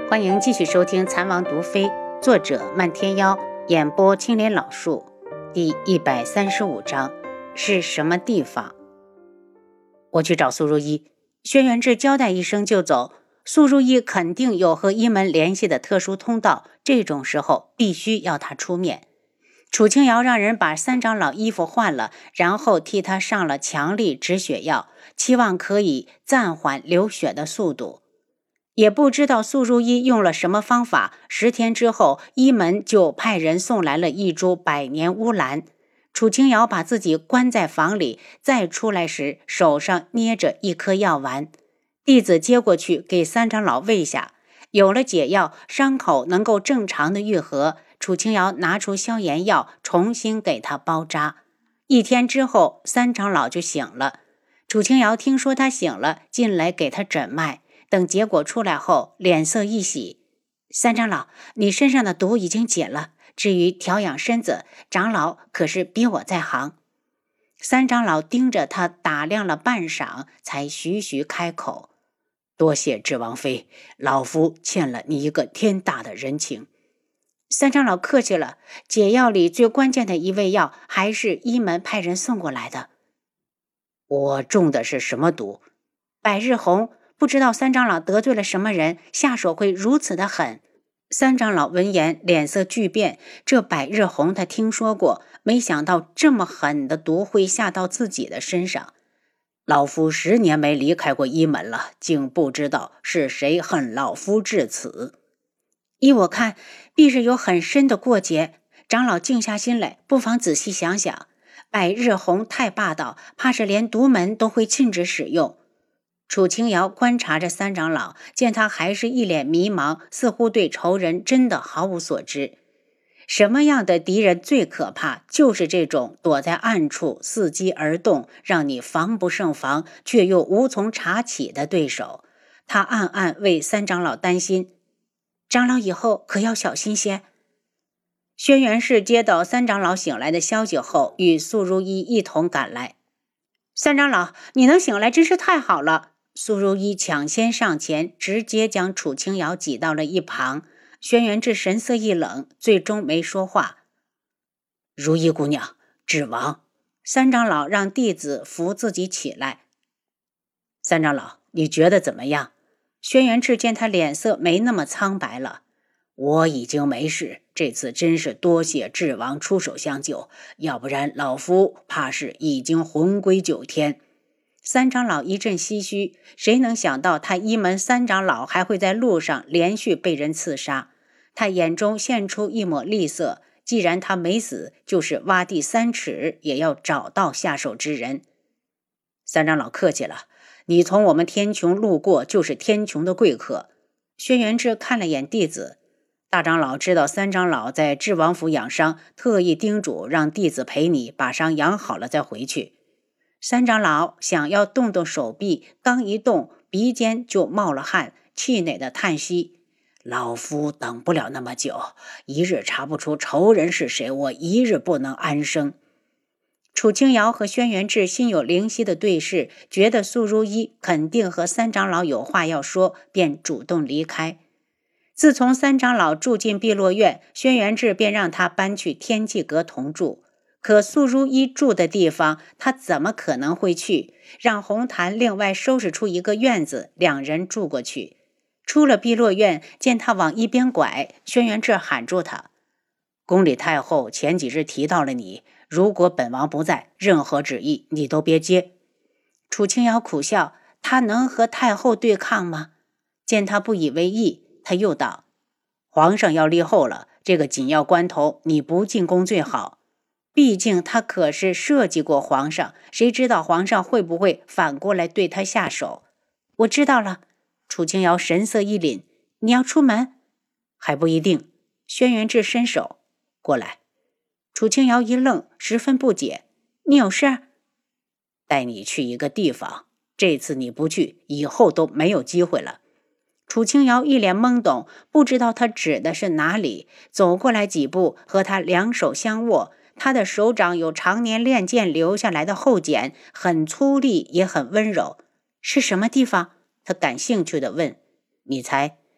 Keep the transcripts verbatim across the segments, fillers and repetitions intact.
欢迎继续收听《残王毒妃》，作者漫天妖，演播青莲老树，第一百三十五章，是什么地方？我去找苏如意。轩辕志交代一声就走。苏如意肯定有和一门联系的特殊通道，这种时候必须要他出面。楚清瑶让人把三长老衣服换了，然后替他上了强力止血药，期望可以暂缓流血的速度。也不知道苏如意用了什么方法，十天之后，一门就派人送来了一株百年乌兰。楚清瑶把自己关在房里，再出来时手上捏着一颗药丸。弟子接过去给三长老喂下，有了解药，伤口能够正常的愈合。楚清瑶拿出消炎药，重新给他包扎。一天之后，三长老就醒了。楚清瑶听说他醒了，进来给他诊脉。等结果出来后，脸色一喜：“三长老，你身上的毒已经解了。至于调养身子，长老可是比我在行。”三长老盯着他打量了半晌，才徐徐开口：“多谢智王妃，老夫欠了你一个天大的人情。”三长老客气了，解药里最关键的一味药还是一门派人送过来的。我中的是什么毒？百日红。不知道三长老得罪了什么人，下手会如此的狠。三长老闻言脸色巨变，这百日红他听说过，没想到这么狠的毒会下到自己的身上。老夫十年没离开过一门了，竟不知道是谁恨老夫至此。依我看，必是有很深的过节。长老静下心来，不妨仔细想想。百日红太霸道，怕是连独门都会禁止使用。楚清瑶观察着三长老，见他还是一脸迷茫，似乎对仇人真的毫无所知。什么样的敌人最可怕？就是这种躲在暗处伺机而动，让你防不胜防，却又无从查起的对手。他暗暗为三长老担心，长老以后可要小心些。轩辕氏接到三长老醒来的消息后，与苏如意一同赶来。三长老，你能醒来真是太好了。苏如意抢先上前，直接将楚清瑶挤到了一旁。轩辕志神色一冷，最终没说话。如意姑娘，智王。三长老让弟子扶自己起来。三长老，你觉得怎么样？轩辕志见他脸色没那么苍白了。我已经没事，这次真是多谢智王出手相救，要不然老夫怕是已经魂归九天。三长老一阵唏嘘，谁能想到他一门三长老还会在路上连续被人刺杀？他眼中现出一抹厉色，既然他没死，就是挖地三尺也要找到下手之人。三长老客气了，你从我们天穹路过就是天穹的贵客。轩辕志看了眼弟子，大长老知道三长老在智王府养伤，特意叮嘱让弟子陪你把伤养好了再回去。三长老想要动动手臂，刚一动，鼻尖就冒了汗，气馁的叹息：“老夫等不了那么久，一日查不出仇人是谁，我一日不能安生。”楚清瑶和轩辕志心有灵犀的对视，觉得苏如意肯定和三长老有话要说，便主动离开。自从三长老住进碧落院，轩辕志便让他搬去天际阁同住。可苏如意住的地方，他怎么可能会去？让红檀另外收拾出一个院子，两人住过去。出了碧落院，见他往一边拐，轩辕志喊住他：“宫里太后前几日提到了你，如果本王不在，任何旨意你都别接。”楚清瑶苦笑，他能和太后对抗吗？见他不以为意，他又道：“皇上要立后了，这个紧要关头，你不进宫最好。毕竟他可是设计过皇上，谁知道皇上会不会反过来对他下手？”“我知道了。”楚清瑶神色一凛，“你要出门？”“还不一定。”轩辕志伸手过来。楚清瑶一愣，十分不解：“你有事？”“带你去一个地方，这次你不去，以后都没有机会了。”楚清瑶一脸懵懂，不知道他指的是哪里，走过来几步，和他两手相握。他的手掌有常年练剑留下来的厚茧，很粗粝也很温柔。“是什么地方？”他感兴趣地问。“你猜？”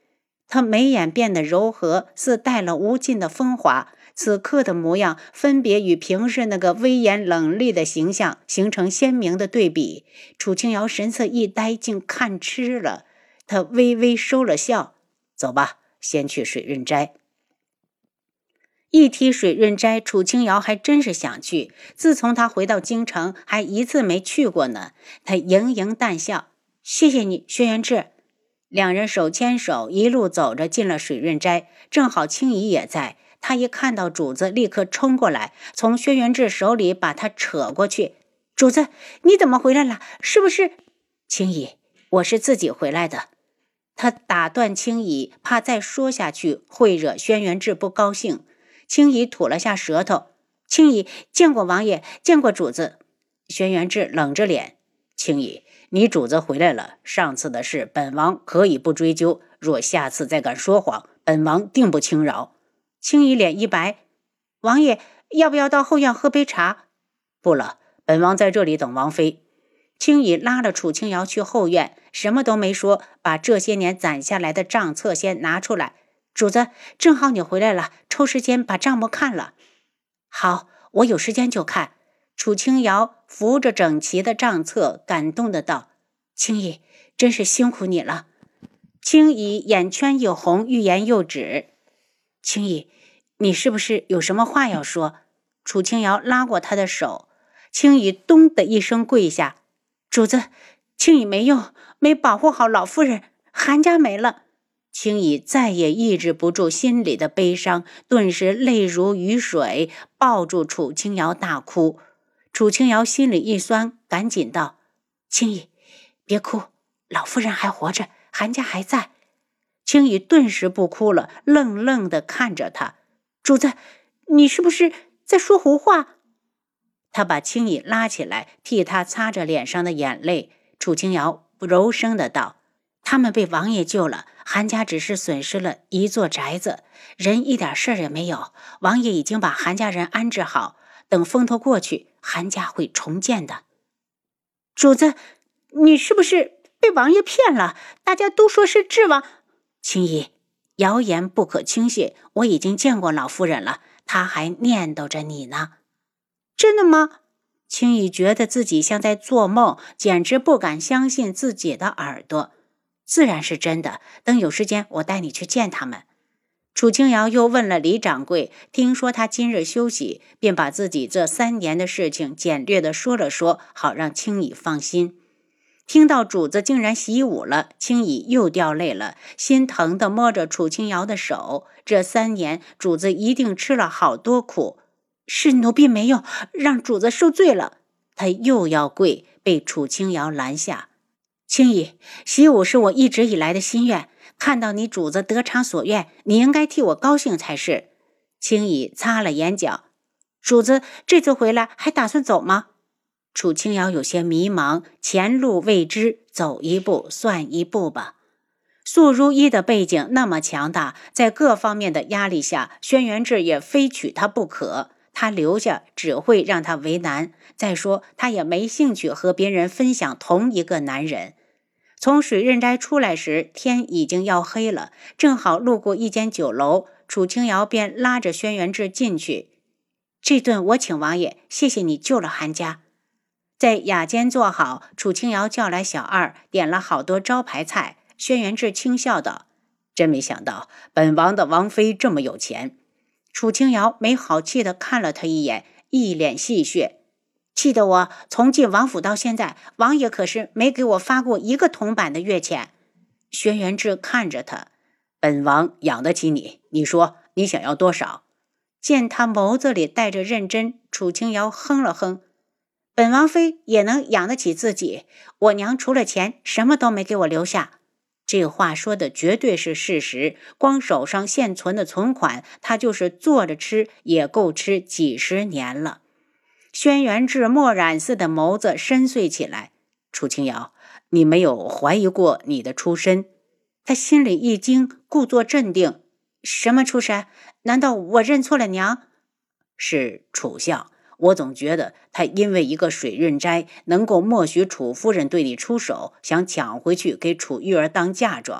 他眉眼变得柔和，似带了无尽的风华。此刻的模样分别与平时那个威严冷厉的形象形成鲜明的对比。楚清瑶神色一呆，竟看痴了。他微微收了笑，走吧，先去水润斋。一提水润斋，楚清瑶还真是想去。自从他回到京城，还一次没去过呢。他盈盈淡笑，谢谢你，轩辕志。两人手牵手一路走着进了水润斋，正好青怡也在。他一看到主子，立刻冲过来，从轩辕志手里把他扯过去。主子，你怎么回来了？是不是？青怡，我是自己回来的。他打断青怡，怕再说下去会惹轩辕志不高兴。青怡吐了下舌头，青怡见过王爷，见过主子。轩辕志冷着脸，青怡，你主子回来了，上次的事本王可以不追究，若下次再敢说谎，本王定不轻饶。青怡脸一白，王爷要不要到后院喝杯茶？不了，本王在这里等王妃。青怡拉了楚清瑶去后院，什么都没说，把这些年攒下来的账册先拿出来。主子，正好你回来了，抽时间把账目看了。好，我有时间就看。楚清瑶扶着整齐的账册，感动的道：青怡，真是辛苦你了。青怡眼圈一红，欲言又止。青怡，你是不是有什么话要说？楚清瑶拉过他的手。青怡咚的一声跪下，主子，青怡没用，没保护好老夫人，韩家没了。青怡再也抑制不住心里的悲伤，顿时泪如雨水，抱住楚清瑶大哭。楚清瑶心里一酸，赶紧道：青怡，别哭，老夫人还活着，韩家还在。青怡顿时不哭了，愣愣地看着他。主子，你是不是在说胡话？他把青怡拉起来，替他擦着脸上的眼泪。楚清瑶柔声的道：他们被王爷救了，韩家只是损失了一座宅子，人一点事儿也没有。王爷已经把韩家人安置好，等风头过去，韩家会重建的。主子，你是不是被王爷骗了？大家都说是智王。青怡，谣言不可轻信，我已经见过老夫人了，她还念叨着你呢。真的吗？青怡觉得自己像在做梦，简直不敢相信自己的耳朵。自然是真的，等有时间我带你去见他们。楚清瑶又问了李掌柜，听说他今日休息，便把自己这三年的事情简略地说了说，好让青怡放心。听到主子竟然习武了，青怡又掉泪了，心疼地摸着楚清瑶的手。这三年主子一定吃了好多苦，是奴婢没用，让主子受罪了。他又要跪，被楚清瑶拦下。青怡，习武是我一直以来的心愿，看到你主子得偿所愿，你应该替我高兴才是。青怡擦了眼角，主子这次回来还打算走吗？楚清瑶有些迷茫，前路未知，走一步算一步吧。素如一的背景那么强大，在各方面的压力下，轩辕志也非娶她不可。他留下只会让他为难，再说他也没兴趣和别人分享同一个男人。从水润斋出来时，天已经要黑了，正好路过一间酒楼，楚清瑶便拉着轩辕志进去。这顿我请王爷，谢谢你救了韩家。在雅间坐好，楚清瑶叫来小二，点了好多招牌菜。轩辕志轻笑道：真没想到本王的王妃这么有钱。楚清瑶没好气地看了他一眼，一脸戏谑，气得我从进王府到现在，王爷可是没给我发过一个铜板的月钱。轩辕志看着他，本王养得起你，你说你想要多少？见他眸子里带着认真，楚清瑶哼了哼，本王妃也能养得起自己，我娘除了钱什么都没给我留下。这话说的绝对是事实，光手上现存的存款，他就是坐着吃也够吃几十年了。轩辕志墨染似的眸子深邃起来，楚清瑶，你没有怀疑过你的出身？他心里一惊，故作镇定，什么出身？难道我认错了娘？是楚相，我总觉得他因为一个水润斋能够默许楚夫人对你出手，想抢回去给楚玉儿当嫁妆。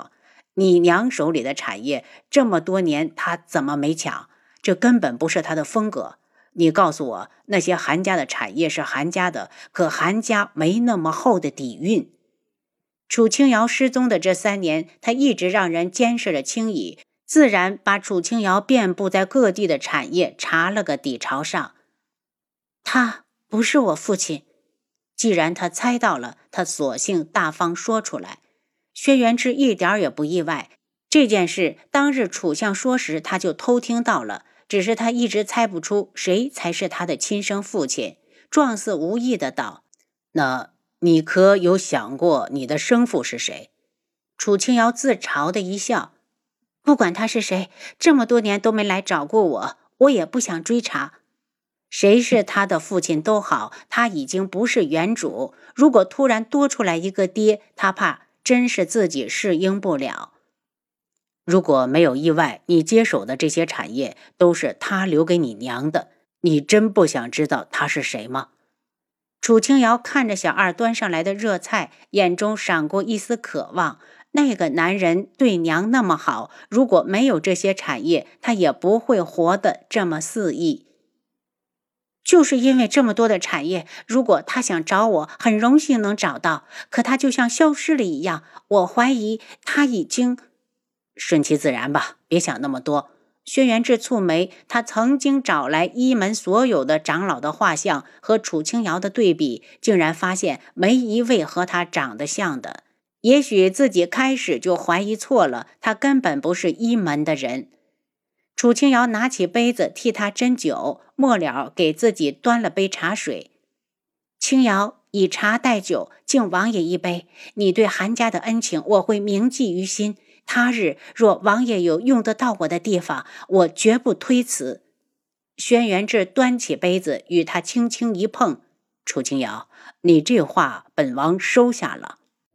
你娘手里的产业这么多年他怎么没抢？这根本不是他的风格。你告诉我，那些韩家的产业是韩家的，可韩家没那么厚的底蕴。楚清瑶失踪的这三年，他一直让人监视着青姨，自然把楚清瑶遍布在各地的产业查了个底朝上。他不是我父亲。既然他猜到了，他索性大方说出来。薛元之一点也不意外，这件事当日楚相说时他就偷听到了，只是他一直猜不出谁才是他的亲生父亲，状似无意的道：那你可有想过你的生父是谁？楚清瑶自嘲的一笑：不管他是谁，这么多年都没来找过我，我也不想追查。谁是他的父亲都好，他已经不是原主，如果突然多出来一个爹，他怕真是自己适应不了。如果没有意外，你接手的这些产业都是他留给你娘的，你真不想知道他是谁吗？楚清瑶看着小二端上来的热菜，眼中闪过一丝渴望。那个男人对娘那么好，如果没有这些产业，他也不会活得这么肆意。就是因为这么多的产业，如果他想找我，很荣幸能找到，可他就像消失了一样，我怀疑他已经……顺其自然吧，别想那么多。轩辕志蹙眉，他曾经找来一门所有的长老的画像和楚清瑶的对比，竟然发现没一位和他长得像的。也许自己开始就怀疑错了，他根本不是一门的人。楚清瑶拿起杯子替他斟酒，末了给自己端了杯茶水。清瑶，以茶代酒，敬王爷一杯。你对韩家的恩情，我会铭记于心。他日若王爷有用得到我的地方，我绝不推辞。轩辕志端起杯子，与他轻轻一碰。楚清瑶，你这话本王收下了。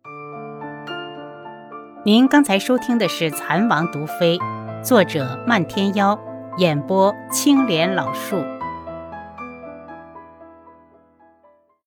您刚才收听的是《蚕王毒妃》，作者漫天妖，演播青莲老树。